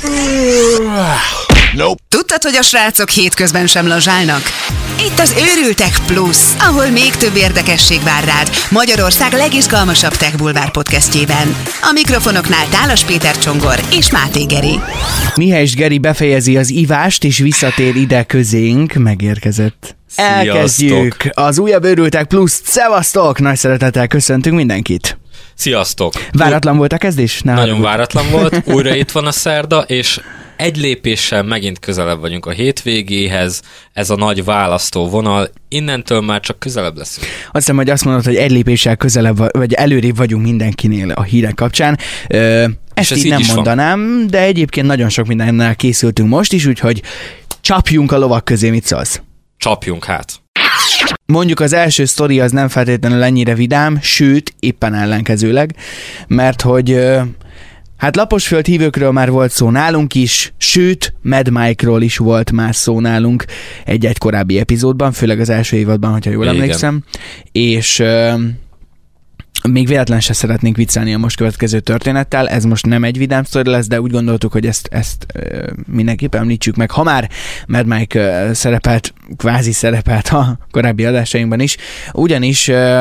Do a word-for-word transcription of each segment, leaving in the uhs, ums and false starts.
Nope. Tudtad, hogy a srácok hétközben sem lazsálnak? Itt az Őrültek Plus, ahol még több érdekesség vár rád Magyarország legizgalmasabb Tech Bulvár podcastjében. A mikrofonoknál Tálas Péter Csongor és Máté Geri. Mihály Geri befejezi az ivást, és visszatér ide közénk, megérkezett. Sziasztok. Elkezdjük az újabb Őrültek Plus-t. Szevasztok! Nagy szeretettel köszöntünk mindenkit. Sziasztok! Váratlan volt a kezdés? Ne Nagyon haragudj. váratlan volt, újra itt van a szerda, és egy lépéssel megint közelebb vagyunk a hétvégéhez, ez a nagy választó vonal, innentől már csak közelebb leszünk. Azt hiszem, hogy azt mondod, hogy egy lépéssel közelebb, vagy előrébb vagyunk mindenkinél a hírek kapcsán. Ö, ezt ez így így nem is van. mondanám, de egyébként nagyon sok mindennel készültünk most is, úgyhogy csapjunk a lovak közé, mit szólsz? Csapjunk hát! Mondjuk az első sztori az nem feltétlenül ennyire vidám, sőt, éppen ellenkezőleg, mert hogy ö, hát Laposföld hívőkről már volt szó nálunk is, sőt, Mad Mike-ról is volt már szó nálunk egy-egy korábbi epizódban, főleg az első évadban, hogyha jól Igen. emlékszem, és ö, még véletlen se szeretnénk viccelni a most következő történettel, ez most nem egy vidám sztori lesz, de úgy gondoltuk, hogy ezt, ezt ö, mindenképpen említsük meg, ha már Mad Mike ö, szerepelt, kvázi szerepelt a korábbi adásainkban is, ugyanis ö,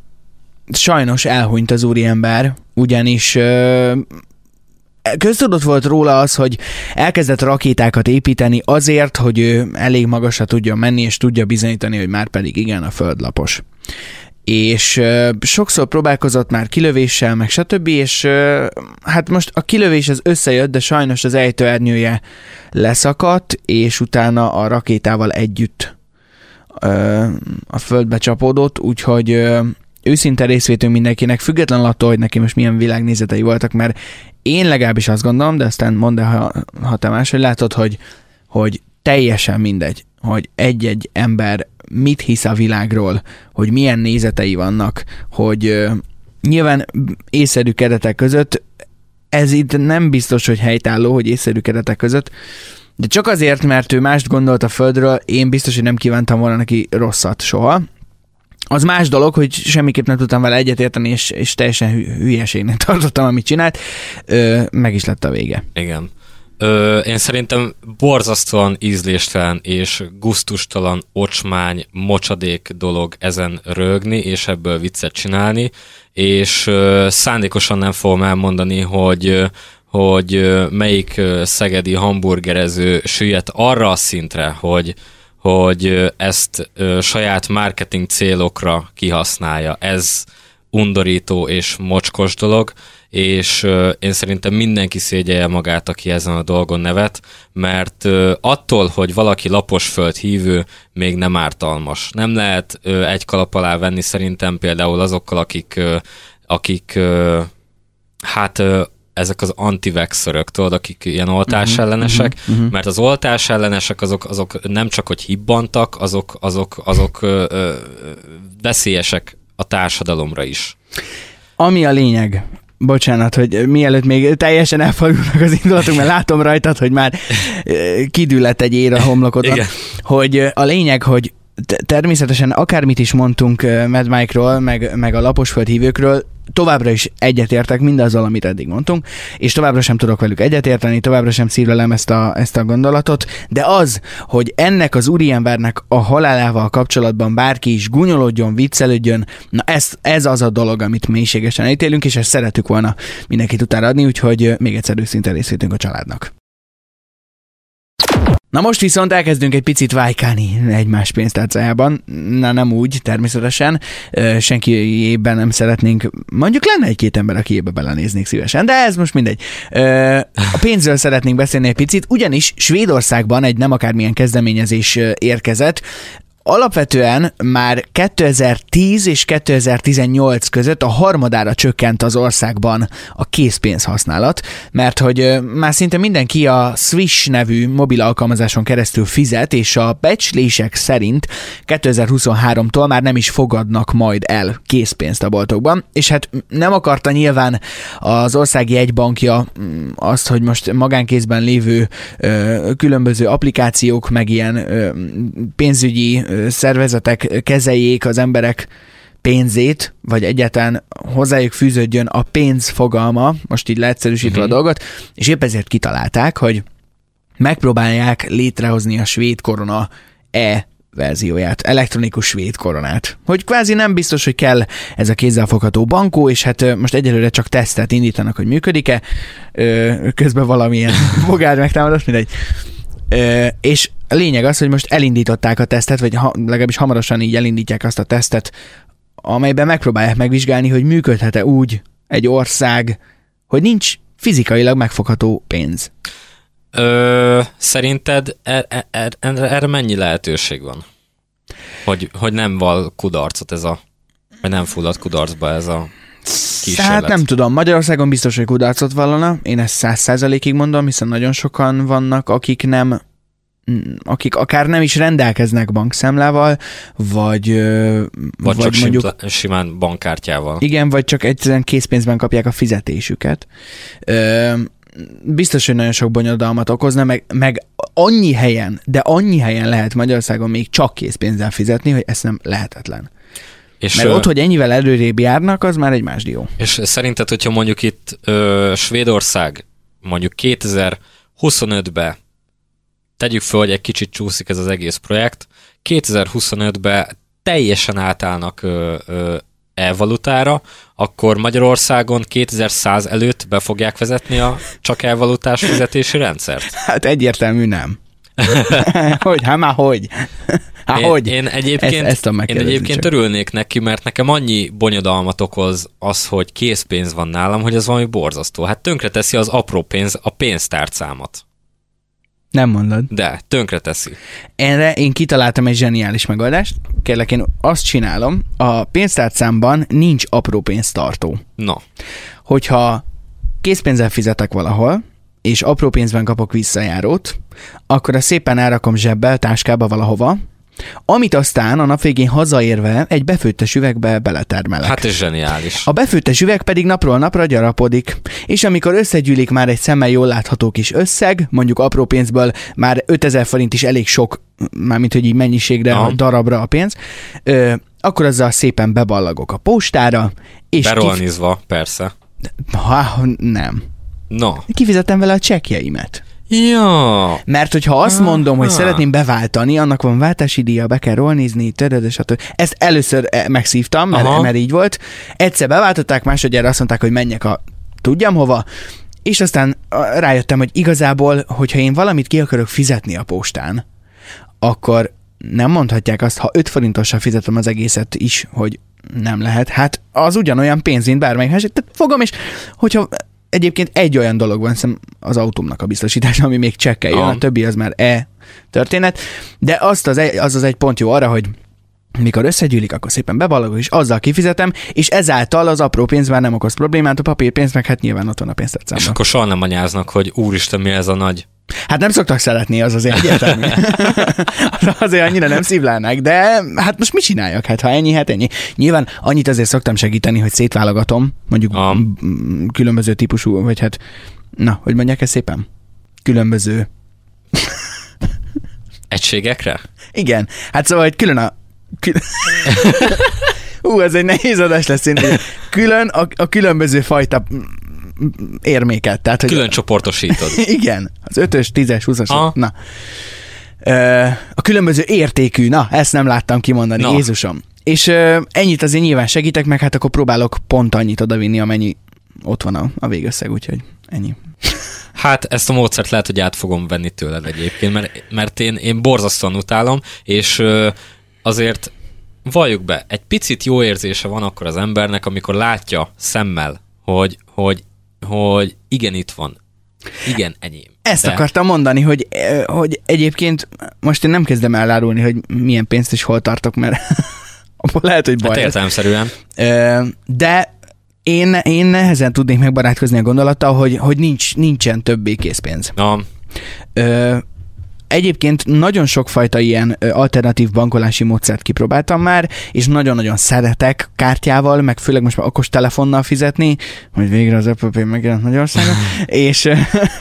sajnos elhunyt az úriember, ugyanis ö, köztudott volt róla az, hogy elkezdett rakétákat építeni azért, hogy ő elég magasra tudjon menni, és tudja bizonyítani, hogy már pedig igen, a Föld lapos. És uh, sokszor próbálkozott már kilövéssel, meg stb., és uh, hát most a kilövés az összejött, de sajnos az ejtőernyője leszakadt, és utána a rakétával együtt uh, a földbe csapódott, úgyhogy uh, őszinte részvétünk mindenkinek, függetlenül attól, hogy neki most milyen világnézetei voltak, mert én legalábbis azt gondolom, de aztán mondd el, ha, ha te máshogy látod, hogy, hogy teljesen mindegy, hogy egy-egy ember mit hisz a világról, hogy milyen nézetei vannak, hogy uh, nyilván észszerű keretek között, ez itt nem biztos, hogy helytálló, hogy észszerű keretek között, de csak azért, mert ő mást gondolt a Földről, én biztos, hogy nem kívántam volna neki rosszat soha. Az más dolog, hogy semmiképp nem tudtam vele egyetérteni, és, és teljesen hü- hülyeségnek tartottam, amit csinált. Ö, meg is lett a vége. Igen. Ö, én szerintem borzasztóan ízléstelen és gusztustalan, ocsmány, mocsadék dolog ezen rögni, és ebből viccet csinálni, és ö, szándékosan nem fogom elmondani, hogy, hogy melyik szegedi hamburgerező süllyedt arra a szintre, hogy hogy ezt ö, saját marketing célokra kihasználja. Ez undorító és mocskos dolog, és ö, én szerintem mindenki szégyelje magát, aki ezen a dolgon nevet, mert ö, attól, hogy valaki Laposföld hívő, még nem ártalmas. Nem lehet ö, egy kalap alá venni szerintem például azokkal, akik, ö, akik ö, hát ö, ezek az anti-vaxxerök, tudod, akik ilyen oltásellenesek, uh-huh, uh-huh. mert az oltásellenesek azok, azok nem csak, hogy hibbantak, azok, azok, azok ö, ö, veszélyesek a társadalomra is. Ami a lényeg, bocsánat, hogy mielőtt még teljesen elfordulnak az indulatunk, mert látom rajtad, hogy már kidüllett egy ér a homlokodon, hogy a lényeg, hogy természetesen akármit is mondtunk Mad Mike-ról, meg, meg a Laposföld hívőkről, továbbra is egyetértek mindazzal, amit eddig mondtunk, és továbbra sem tudok velük egyetérteni, továbbra sem szívlelem ezt a, ezt a gondolatot, de az, hogy ennek az úriembernek a halálával kapcsolatban bárki is gúnyolódjon, viccelődjön, na ez, ez az a dolog, amit mélységesen ítélünk, és ezt szeretük volna mindenkit utána adni, úgyhogy még egyszer őszintén részvétünk a családnak. Na most viszont elkezdünk egy picit vájkálni egymás pénztárcájában. Na nem úgy, természetesen. Senkiében nem szeretnénk, mondjuk lenne egy-két ember, aki ebbe belenéznék szívesen, de ez most mindegy. A pénzről szeretnénk beszélni egy picit, ugyanis Svédországban egy nem akármilyen kezdeményezés érkezett. Alapvetően már kétezer-tíz és kétezer-tizennyolc között a harmadára csökkent az országban a készpénz használat, mert hogy már szinte mindenki a Swish nevű mobil alkalmazáson keresztül fizet, és a becslések szerint kétezer-huszonháromtól már nem is fogadnak majd el készpénzt a boltokban, és hát nem akarta nyilván az országi jegybankja azt, hogy most magánkézben lévő ö, különböző applikációk, meg ilyen ö, pénzügyi szervezetek kezeljék az emberek pénzét, vagy egyáltalán hozzájuk fűződjön a pénz fogalma, most így leegyszerűsítve uh-huh. a dolgot, és épp ezért kitalálták, hogy megpróbálják létrehozni a svéd korona E verzióját, elektronikus svéd koronát. Hogy kvázi nem biztos, hogy kell ez a kézzelfogható bankó, és hát most egyelőre csak tesztet indítanak, hogy működik-e, közben valamilyen bogár megtámadott, mindegy. És a lényeg az, hogy most elindították a tesztet, vagy ha, legalábbis hamarosan így elindítják azt a tesztet, amelyben megpróbálják megvizsgálni, hogy működhet-e úgy egy ország, hogy nincs fizikailag megfogható pénz. Ö, szerinted er, er, er, erre mennyi lehetőség van? Hogy, hogy nem val kudarcot ez a, vagy nem fullad kudarcba ez a kísérlet? Hát nem tudom, Magyarországon biztos, hogy kudarcot vallana, én ezt száz százalékig mondom, hiszen nagyon sokan vannak, akik nem, akik akár nem is rendelkeznek bankszámlával, vagy, vagy, vagy csak mondjuk simán bankkártyával. Igen, vagy csak egyszerűen készpénzben kapják a fizetésüket. Ö, biztos, hogy nagyon sok bonyodalmat okozna, meg, meg annyi helyen, de annyi helyen lehet Magyarországon még csak készpénzzel fizetni, hogy ez nem lehetetlen. És Mert ö... ott, hogy ennyivel előrébb járnak, az már egy más dió. És szerinted, hogyha mondjuk itt ö, Svédország mondjuk kétezer-huszonötben tegyük fel, hogy egy kicsit csúszik ez az egész projekt, kétezer-huszonötben teljesen átállnak ö, ö, e-valutára, akkor Magyarországon kétezer-száz előtt be fogják vezetni a csak e-valutás fizetési rendszert? Hát egyértelmű nem. hogy? Hát már hogy? Hát én, hogy? Én egyébként, ezt, ezt én egyébként örülnék neki, mert nekem annyi bonyodalmat okoz az, hogy készpénz van nálam, hogy ez valami borzasztó. Hát tönkreteszi az apró pénz, a pénztárcámat. Nem mondod. De, tönkreteszi. Erre én kitaláltam egy zseniális megoldást. Kérlek, én azt csinálom, a pénztárcámban nincs apró pénztartó. No. Hogyha készpénzzel fizetek valahol, és apró pénzben kapok visszajárót, akkor azt szépen elrakom zsebbe, táskába valahova, amit aztán a nap végén hazaérve egy befőttes üvegbe beletermelek. Hát ez zseniális. A befőttes üveg pedig napról napra gyarapodik, és amikor összegyűlik már egy szemmel jól látható kis összeg, mondjuk apró pénzből már ötezer forint is elég sok, mármint hogy így mennyiségre, a darabra a pénz, ö, akkor azzal szépen beballagok a postára, és... Berolnizva, kif... persze. Ha, nem. No. Kifizettem vele a csekkjeimet. Ja. Mert hogyha azt mondom, hogy szeretném beváltani, annak van váltási díja, be kell rolnizni, töröd, stb. Ezt először megszívtam, mert, mert így volt. Egyszer beváltották, másodjára azt mondták, hogy menjek a tudjam hova, és aztán rájöttem, hogy igazából, hogyha én valamit ki akarok fizetni a postán, akkor nem mondhatják azt, ha öt forintossal fizetem az egészet is, hogy nem lehet. Hát az ugyanolyan pénz, mint bármelyik. Tehát fogom, és hogyha egyébként egy olyan dolog van, hiszem az autómnak a biztosítása, ami még csekkel jön, a többi az már e történet, de azt az, egy, az az egy pont jó arra, hogy mikor összegyűlik, akkor szépen beballagok, és azzal kifizetem, és ezáltal az apró pénz már nem okoz problémát, a papírpénz meg hát nyilván ott van a pénztárcámban. És akkor soha nem anyáznak, hogy úristen, mi ez a nagy... Hát nem szoktak szeretni, az azért egyértelmű. Azért annyira nem szívlelnek, de hát most mit csináljak? Hát ha ennyi, hát ennyi. Nyilván annyit azért szoktam segíteni, hogy szétválogatom, mondjuk a... különböző típusú, vagy hát, na, hogy mondják ezt szépen? Különböző... Egységekre? Igen. Hát szóval, hogy külön a... Kül... Ú, ez egy nehéz adás lesz. Külön a, a különböző fajta érméket. Tehát, hogy külön csoportosítod. Igen. Az ötös, tízes, húszas. Na. A különböző értékű, na, ezt nem láttam kimondani, na. Jézusom. És ennyit azért nyilván segítek, meg hát akkor próbálok pont annyit odavinni, amennyi ott van a, a végösszeg, úgyhogy ennyi. Hát ezt a módszert lehet, hogy át fogom venni tőled egyébként, mert, mert én, én borzasztóan utálom, és azért valljuk be, egy picit jó érzése van akkor az embernek, amikor látja szemmel, hogy, hogy, hogy igen, itt van. Igen, enyém. Ezt de... akartam mondani, hogy, hogy egyébként most én nem kezdem elárulni, hogy milyen pénzt is hol tartok, mert abból lehet, hogy baj. Hát értelemszerűen. De én, én nehezen tudnék megbarátkozni a gondolattal, hogy, hogy nincs, nincsen többé készpénz. No. Egyébként nagyon sokfajta ilyen alternatív bankolási módszert kipróbáltam már, és nagyon-nagyon szeretek kártyával, meg főleg most már okos telefonnal fizetni, hogy végre az Apple Pay megjelent Magyarországon, és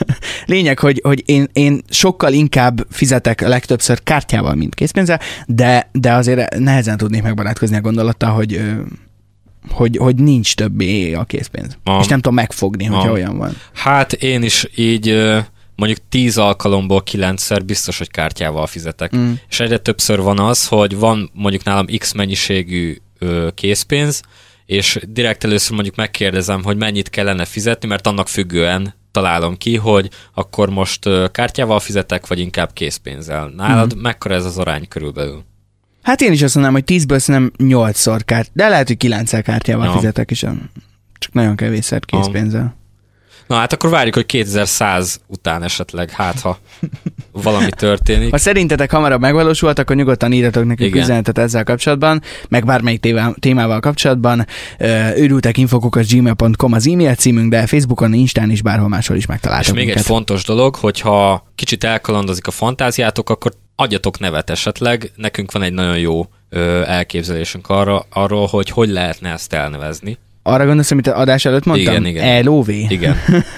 Lényeg, hogy, hogy én, én sokkal inkább fizetek legtöbbször kártyával, mint készpénzzel, de, de azért nehezen tudnék megbarátkozni a gondolattal, hogy, hogy, hogy nincs többé a készpénz. Ah. És nem tudom megfogni, hogyha ah. olyan van. Hát én is így mondjuk tíz alkalomból kilencszer biztos, hogy kártyával fizetek. Mm. És egyre többször van az, hogy van mondjuk nálam X mennyiségű ö, készpénz, és direkt először mondjuk megkérdezem, hogy mennyit kellene fizetni, mert annak függően találom ki, hogy akkor most ö, kártyával fizetek, vagy inkább készpénzzel. Nálad mm. mekkora ez az arány körülbelül? Hát én is azt mondanám, hogy tízből nem nyolcszor kárt, de lehet, hogy kilencszer kártyával ja. fizetek is, csak nagyon kevésszer készpénzzel. Ja. Na hát akkor várjuk, hogy kétezer-száz után esetleg, hát ha valami történik. Ha szerintetek hamarabb megvalósulhat, akkor nyugodtan írjatok nekünk üzenetet ezzel kapcsolatban, meg bármelyik témával kapcsolatban. őrültekinfo kukac gmail pont com az e-mail címünk, de Facebookon, Instán is bárhol máshol is megtaláltok. És még minket. Egy fontos dolog, hogyha kicsit elkalandozik a fantáziátok, akkor adjatok nevet esetleg. Nekünk van egy nagyon jó elképzelésünk arra, arról, hogy hogy lehetne ezt elnevezni. Arra gondolsz, amit az adás előtt mondtam? Igen, igen. el o vé? Igen.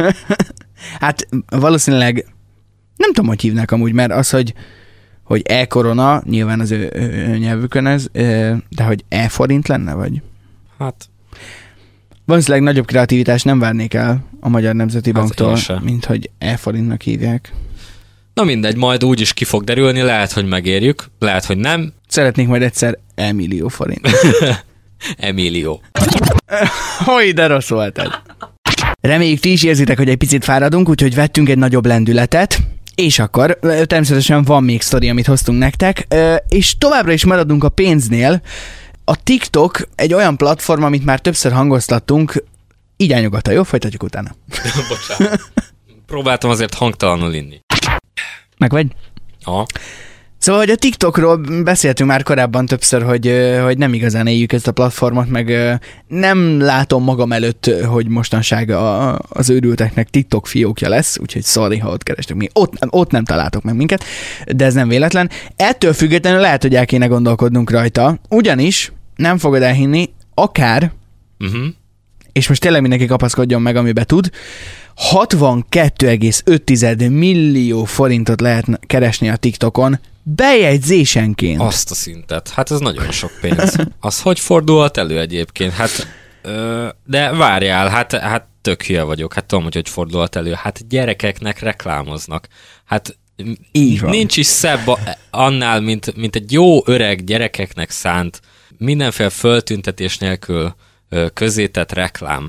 Hát valószínűleg nem tudom, hogy hívnak amúgy, mert az, hogy, hogy e-korona, nyilván az ő, ő nyelvükön ez, de hogy e-forint lenne, vagy? Hát. Valószínűleg nagyobb kreativitás nem várnék el a Magyar Nemzeti hát Banktól, mint hogy e-forintnak hívják. Na mindegy, majd úgy is ki fog derülni, lehet, hogy megérjük, lehet, hogy nem. Szeretnék majd egyszer e-millió forint. Emilio. Hogy de rossz volt ez. Reméljük ti is érzitek, hogy egy picit fáradunk, úgyhogy vettünk egy nagyobb lendületet, és akkor természetesen van még sztori, amit hoztunk nektek, és továbbra is maradunk a pénznél. A TikTok egy olyan platform, amit már többször hangoztattunk, így állnyugodtan, jó? Folytatjuk utána. Bocsánat. Próbáltam azért hangtalanul inni. Meg vagy? Aha. Szóval, hogy a TikTokról beszéltünk már korábban többször, hogy, hogy nem igazán éljük ezt a platformot, meg nem látom magam előtt, hogy mostanság a, az őrülteknek TikTok fiókja lesz, úgyhogy sorry, ha ott kerestek mi. Ott, ott nem találtok meg minket, de ez nem véletlen. Ettől függetlenül lehet, hogy el kéne gondolkodnunk rajta, ugyanis nem fogod elhinni, akár, uh-huh. és most tényleg mindenki kapaszkodjon meg, amiben tud, hatvankettő egész öt millió forintot lehet keresni a TikTokon bejegyzésenként. Azt a szintet. Hát ez nagyon sok pénz. Az hogy fordulhat elő egyébként? Hát, ö, de várjál, hát, hát tök hülye vagyok. Hát tudom, hogy hogy fordulhat elő. Hát gyerekeknek reklámoznak. Hát nincs is szebb annál, mint, mint egy jó öreg gyerekeknek szánt, mindenféle föltüntetés nélkül ö, közétett reklám.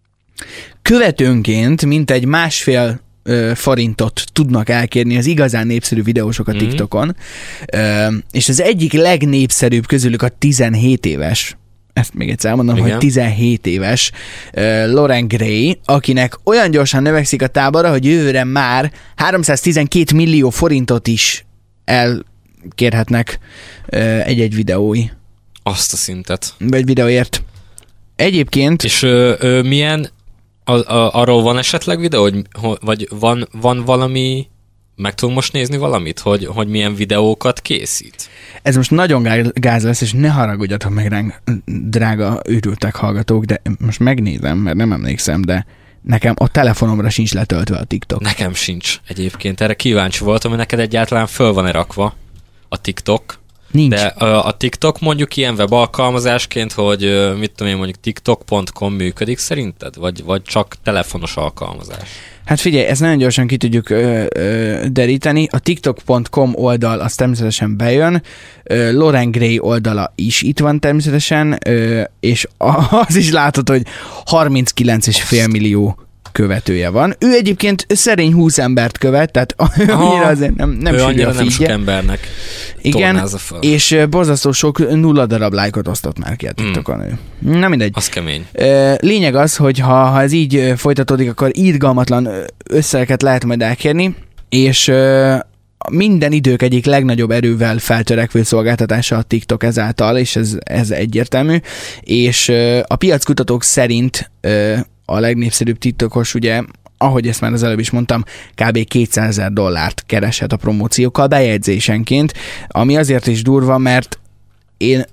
Követőnként mintegy másfél ö, forintot tudnak elkérni az igazán népszerű videósok a TikTokon, mm-hmm. ö, és az egyik legnépszerűbb közülük a tizenhét éves, ezt még egyszer elmondom, igen. hogy tizenhét éves uh, Lauren Gray, akinek olyan gyorsan növekszik a tábora, hogy jövőre már háromszáztizenkét millió forintot is elkérhetnek uh, egy-egy videói. Azt a szintet. Vagy videóért. Egyébként... És ö, ö, milyen, a, a, arról van esetleg videó, hogy, vagy van, van valami, meg tudunk most nézni valamit, hogy, hogy milyen videókat készít? Ez most nagyon gáz lesz, és ne haragudjatok meg ránk, drága őrültek hallgatók, de most megnézem, mert nem emlékszem, de nekem a telefonomra sincs letöltve a TikTok. Nekem sincs egyébként. Erre kíváncsi voltam, hogy neked egyáltalán föl van-e rakva a TikTok. Nincs. De a, a TikTok mondjuk ilyen webalkalmazásként, hogy mit tudom én, mondjuk tiktok pont com működik szerinted? Vagy, vagy csak telefonos alkalmazás? Hát figyelj, ezt nagyon gyorsan ki tudjuk ö, ö, deríteni. A tiktok pont com oldal az természetesen bejön, ö, Lauren Gray oldala is itt van természetesen, ö, és az is látod, hogy harminckilenc egész öt millió követője van. Ő egyébként szerény húsz embert követ, tehát annyira azért nem, nem sűrű a feedje. Nem sok embernek igen, és borzasztó sok nulla darab lájkot osztott már ki a TikTokon mm. ő. Na mindegy. Az kemény. Lényeg az, hogy ha, ha ez így folytatódik, akkor irgalmatlan összegeket lehet majd elkérni, és minden idők egyik legnagyobb erővel feltörekvő szolgáltatása a TikTok ezáltal, és ez, ez egyértelmű, és a piackutatók szerint a legnépszerűbb TikTokos, ugye, ahogy ezt már az előbb is mondtam, kb. kétszázezer dollárt kereshet a promóciókkal bejegyzésenként, ami azért is durva, mert én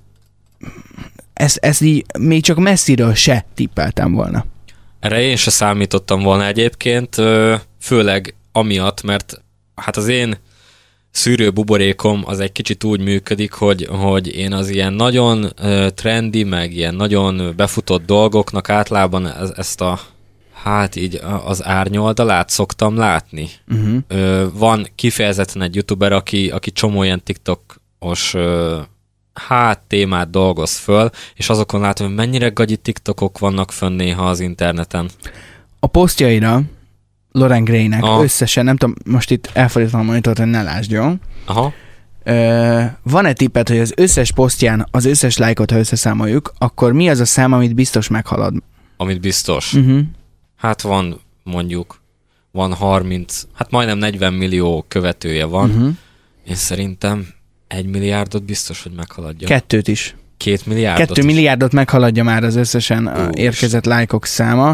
ezt, ezt így még csak messziről se tippeltem volna. Erre én se számítottam volna egyébként, főleg amiatt, mert hát az én szűrő buborékom az egy kicsit úgy működik, hogy, hogy én az ilyen nagyon uh, trendi, meg ilyen nagyon befutott dolgoknak általában ez, ezt a, hát így az árnyoldalát szoktam látni. Uh-huh. Uh, van kifejezetten egy youtuber, aki, aki csomó ilyen TikTokos uh, hát témát dolgoz föl, és azokon látom, hogy mennyire gagyi TikTokok vannak fönn néha az interneten. A posztjaira Lauren Graynek Aha. összesen, nem tudom, most itt elfordítom a monitort, hogy ne lásd, jó? Aha. Ö, van-e tipped, hogy az összes posztján az összes lájkot, ha összeszámoljuk, akkor mi az a szám, amit biztos meghalad? Amit biztos? Uh-huh. Hát van mondjuk, van harminc, hát majdnem negyven millió követője van. Uh-huh. Én szerintem egy milliárdot biztos, hogy meghaladja. Kettőt is. Két milliárdot Kettő is. milliárdot meghaladja már az összesen Ó, érkezett lájkok száma.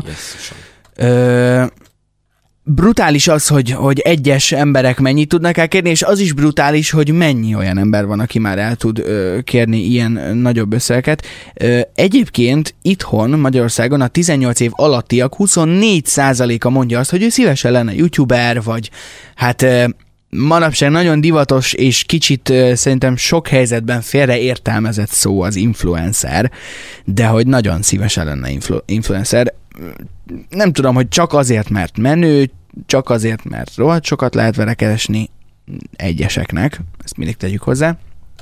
Ö, brutális az, hogy, hogy egyes emberek mennyit tudnak elkérni, és az is brutális, hogy mennyi olyan ember van, aki már el tud ö, kérni ilyen nagyobb összegeket. Ö, egyébként itthon, Magyarországon a tizennyolc év alattiak huszonnégy százaléka mondja azt, hogy ő szívesen lenne youtuber, vagy hát ö, manapság nagyon divatos és kicsit ö, szerintem sok helyzetben félreértelmezett szó az influencer, de hogy nagyon szívesen lenne influ- influencer. Nem tudom, hogy csak azért, mert menő, csak azért, mert rohadt sokat lehet vele keresni egyeseknek, ezt mindig tegyük hozzá.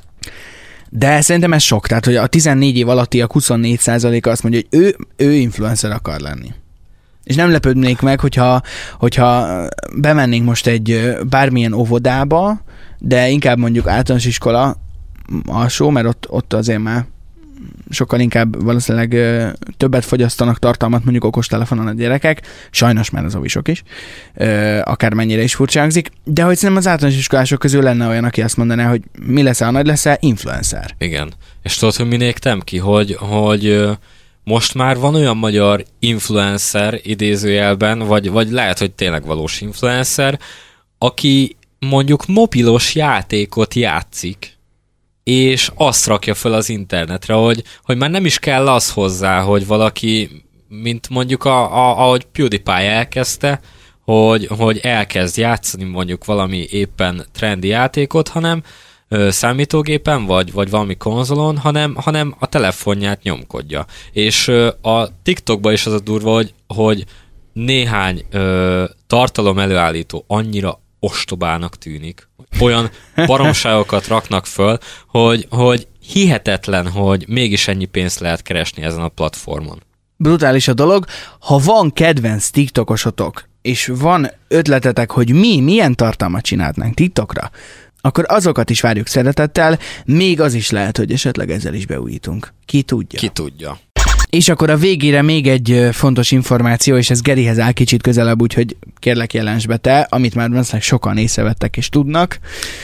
De szerintem ez sok, tehát hogy a tizennégy év alattiak huszonnégy százaléka azt mondja, hogy ő, ő influencer akar lenni. És nem lepődnék meg, hogyha, hogyha bemennénk most egy bármilyen óvodába, de inkább mondjuk általános iskola alsó, mert ott, ott azért már sokkal inkább valószínűleg ö, többet fogyasztanak tartalmat mondjuk okostelefonon a gyerekek, sajnos már az ovisok is, ö, akármennyire is furcsa hangzik, de hogy szerintem az általános iskolások közül lenne olyan, aki azt mondaná, hogy mi leszel, nagy leszel, influencer. Igen. És tudod, hogy mi néztem ki, hogy, hogy most már van olyan magyar influencer idézőjelben, vagy, vagy lehet, hogy tényleg valós influencer, aki mondjuk mobilos játékot játszik, és azt rakja föl az internetre, hogy, hogy már nem is kell az hozzá, hogy valaki, mint mondjuk a, a, ahogy PewDiePie elkezdte, hogy, hogy elkezd játszani mondjuk valami éppen trendi játékot, hanem ö, számítógépen, vagy, vagy valami konzolon, hanem, hanem a telefonját nyomkodja. És ö, a TikTokban is az a durva, hogy, hogy néhány ö, tartalom előállító annyira ostobának tűnik. Olyan baromságokat raknak föl, hogy, hogy hihetetlen, hogy mégis ennyi pénzt lehet keresni ezen a platformon. Brutális a dolog. Ha van kedvenc TikTokosotok, és van ötletetek, hogy mi, milyen tartalmat csinálnánk TikTokra, akkor azokat is várjuk szeretettel, még az is lehet, hogy esetleg ezzel is beújítunk. Ki tudja. Ki tudja. És akkor a végére még egy fontos információ, és ez Gerihez áll kicsit közelebb, úgyhogy kérlek jelens be te, amit már valószínűleg sokan észrevettek és tudnak.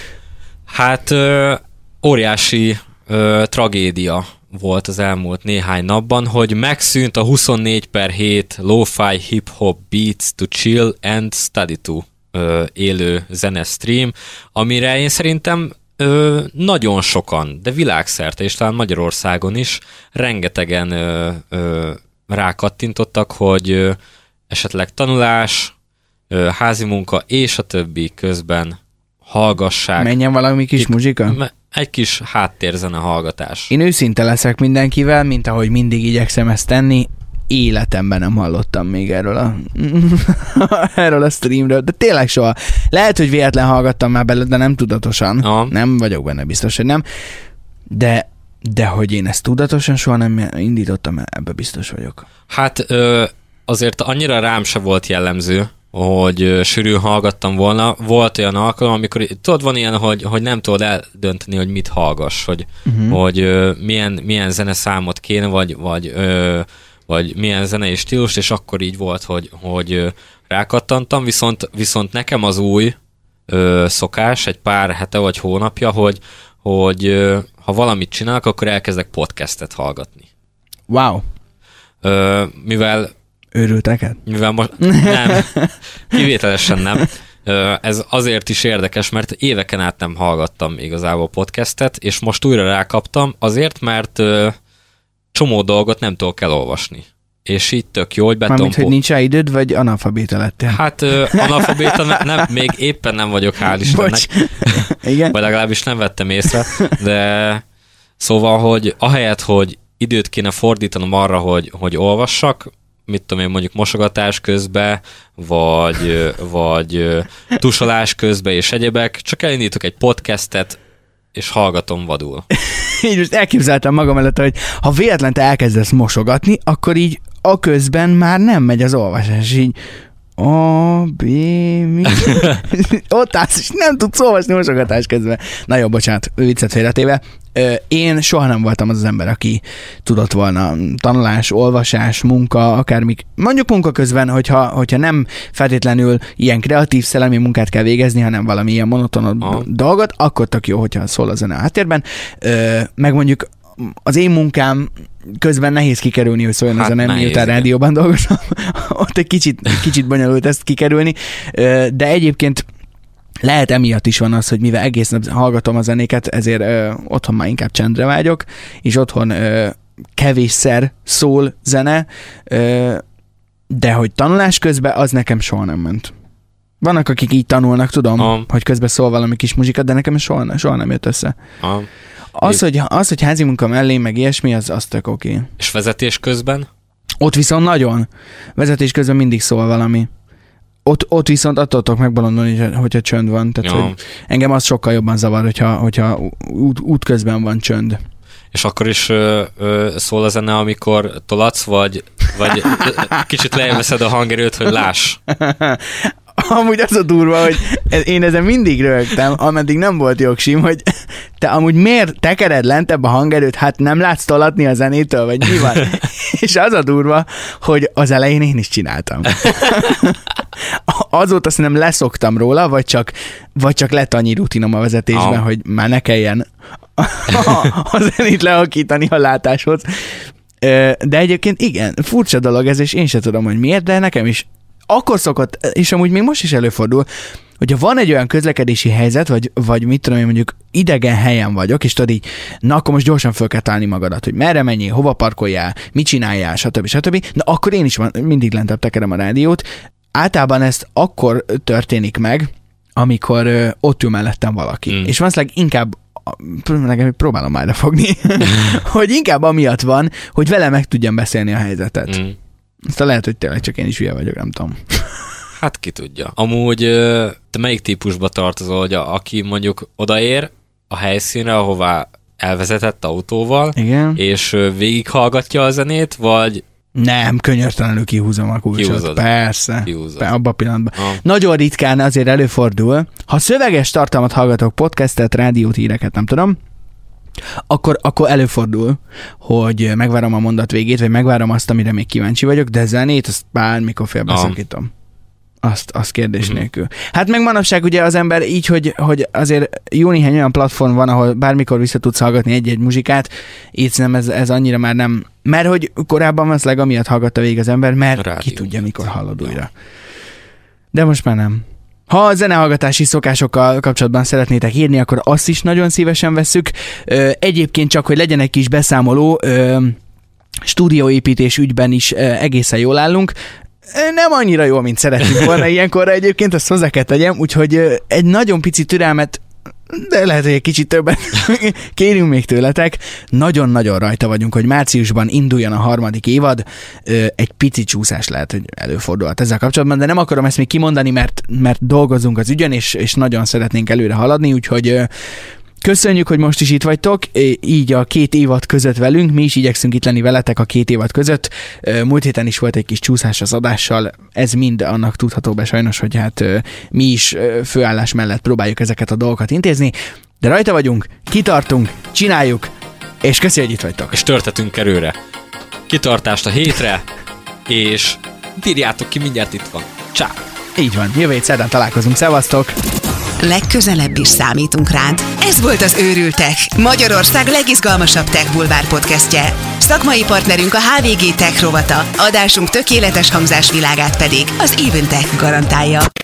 Hát ö, óriási ö, tragédia volt az elmúlt néhány napban, hogy megszűnt a huszonnégy per hét lo-fi hip-hop beats to chill and study to ö, élő zenestream, amire én szerintem Ö, nagyon sokan, de világszerte, és talán Magyarországon is rengetegen ö, ö, rákattintottak, hogy ö, esetleg tanulás, ö, házi munka és a többi közben hallgassák. Menjen valami kis muzsika? Egy kis háttérzene hallgatás. Én őszinte leszek mindenkivel, mint ahogy mindig igyekszem ezt tenni. Életemben nem hallottam még erről a erről a streamről, de tényleg soha. Lehet, hogy véletlen hallgattam már belőle, de nem tudatosan. Aha. Nem vagyok benne biztos, hogy nem. De, de hogy én ezt tudatosan soha nem indítottam, ebbe biztos vagyok. Hát ö, azért annyira rám se volt jellemző, hogy ö, sűrűn hallgattam volna. Volt olyan alkalom, amikor tudod, van ilyen, hogy, hogy nem tudod eldönteni, hogy mit hallgass, hogy, uh-huh. hogy ö, milyen, milyen zeneszámot kéne, vagy, vagy ö, vagy milyen zenei stílus, és akkor így volt, hogy, hogy rákattantam, viszont, viszont nekem az új ö, szokás, egy pár hete vagy hónapja, hogy, hogy ö, ha valamit csinálok, akkor elkezdek podcastet hallgatni. Wow! Ö, mivel... Őrülteket? Mivel most... Nem, kivételesen nem. Ö, ez azért is érdekes, mert éveken át nem hallgattam igazából podcastet, és most újra rákaptam, azért, mert... Ö, csomó dolgot nem tudok elolvasni. és így tök jó, hogy betompó... Mármint, hogy nincs rá időd, vagy analfabéta lettél? Hát ö, analfabéta ne, nem, még éppen nem vagyok, hál' Istennek. Igen? Vagy legalábbis nem vettem észre, de szóval, hogy ahelyett, hogy időt kéne fordítanom arra, hogy, hogy olvassak, mit tudom én, mondjuk mosogatás közben, vagy, vagy tusolás közben és egyebek, csak elindítok egy podcastet, és hallgatom vadul. Így most elképzeltem magam előtt, hogy ha véletlen te elkezdesz mosogatni, akkor így a közben már nem megy az olvasás, így A, B, mi? Ott állsz, és nem tudsz olvasni mosogatás közben. Na jó, bocsánat, viccet félretéve. Én soha nem voltam az az ember, aki tudott volna tanulás, olvasás, munka, akármik. Mondjuk munka közben, hogyha, hogyha nem feltétlenül ilyen kreatív, szellemi munkát kell végezni, hanem valami ilyen monoton ah. dolgot, akkor tök jó, hogyha szól a zene a háttérben. Meg mondjuk az én munkám közben nehéz kikerülni, hogy szóljon hát a zene, miután rádióban dolgozom. Ott egy kicsit, kicsit bonyolult ezt kikerülni, de egyébként lehet emiatt is van az, hogy mivel egész nap hallgatom a zenéket, ezért ö, otthon már inkább csendre vágyok, és otthon ö, kevésszer szól zene, ö, de hogy tanulás közben az nekem soha nem ment. Vannak, akik így tanulnak, tudom, ah. hogy közben szól valami kis muzsikát, de nekem soha, soha nem jött össze. Ah. Az, hogy, az, hogy házi munka mellé, meg ilyesmi, az, az tök oké. Okay. És vezetés közben? Ott viszont nagyon. Vezetés közben mindig szól valami. Ott, ott viszont attól tudok megbolondulni, hogyha, hogyha csönd van. Tehát, ja. hogy engem az sokkal jobban zavar, hogyha, hogyha út, út közben van csönd. És akkor is ö, ö, szól a zene, amikor tolatsz, vagy, vagy kicsit lejjebb a hangerőt, hogy láss? Amúgy az a durva, hogy én ezen mindig rögtem, ameddig nem volt jogsim, hogy te amúgy miért tekered lentebb a hangerőt, hát nem látsz tolatni a zenétől, vagy mi van? És az a durva, hogy az elején én is csináltam. Azóta szerintem leszoktam róla, vagy csak, vagy csak lett annyi rutinom a vezetésben, ah. hogy már ne kelljen a zenét leakítani a látáshoz. De egyébként igen, furcsa dolog ez, és én sem tudom, hogy miért, de nekem is akkor szokott, és amúgy még most is előfordul, hogyha van egy olyan közlekedési helyzet, vagy, vagy mit tudom én, mondjuk idegen helyen vagyok, és tudod így, na akkor most gyorsan föl kell találni magadat, hogy merre menjél, hova parkoljál, mit csináljál, stb. stb. Na akkor én is van, mindig lentebb tekerem a rádiót. Általában ezt akkor történik meg, amikor ö, ott ül mellettem valaki. Mm. És valószínűleg inkább próbálom már fogni, hogy inkább amiatt van, hogy vele meg tudjam beszélni a helyzetet. Mm. Aztán lehet, hogy tényleg csak én is hülye vagyok, nem tudom. Hát ki tudja. Amúgy te melyik típusba tartozol, hogy a, aki mondjuk odaér a helyszínre, ahová elvezetett autóval, igen, és végighallgatja a zenét, vagy... Nem, könyörtelenül kihúzom a kulcsot. Kihúzod. Persze. Kihúzod. Abban a pillanatban. Ah. Nagyon ritkán azért előfordul. Ha szöveges tartalmat hallgatok, podcastet, rádiót, híreket, nem tudom, Akkor, akkor előfordul, hogy megvárom a mondat végét, vagy megvárom azt, amire még kíváncsi vagyok, de zenét, azt bármikor félbeszakítom. Azt, azt kérdés uh-huh. nélkül. Hát meg manapság ugye az ember így, hogy, hogy azért jó néhány olyan platform van, ahol bármikor vissza tudsz hallgatni egy-egy muzsikát, így nem ez, ez annyira már nem, mert hogy korábban az legamiatt hallgatta végig az ember, mert rádió, ki tudja, mikor hallod újra. De most már nem. Ha a zenehallgatási szokásokkal kapcsolatban szeretnétek írni, akkor azt is nagyon szívesen vesszük. Egyébként csak, hogy legyen egy kis beszámoló, stúdióépítés ügyben is egészen jól állunk. Nem annyira jól, mint szeretnénk volna ilyenkorra egyébként, azt hozzá kell tegyem, úgyhogy egy nagyon pici türelmet, de lehet, hogy egy kicsit többet kérünk még tőletek. Nagyon-nagyon rajta vagyunk, hogy márciusban induljon a harmadik évad. Egy pici csúszás lehet, hogy előfordulhat ezzel kapcsolatban, de nem akarom ezt még kimondani, mert, mert dolgozunk az ügyön, és, és nagyon szeretnénk előre haladni, úgyhogy köszönjük, hogy most is itt vagytok, így a két évad között velünk, mi is igyekszünk itt lenni veletek a két évad között. Múlt héten is volt egy kis csúszás az adással, ez mind annak tudható be sajnos, hogy hát mi is főállás mellett próbáljuk ezeket a dolgokat intézni, de rajta vagyunk, kitartunk, csináljuk, és köszi, hogy itt vagytok. És törtetünk erőre. Kitartást a hétre, és írjátok ki, mindjárt itt van. Csá! Így van, jövő hét szerdán találkozunk, szevasztok! Legközelebb is számítunk rád. Ez volt az Őrültek, Magyarország legizgalmasabb tech bulvár podcastje. Szakmai partnerünk a há vé gé Tech rovata, adásunk tökéletes hangzásvilágát pedig az Even Tech garantálja.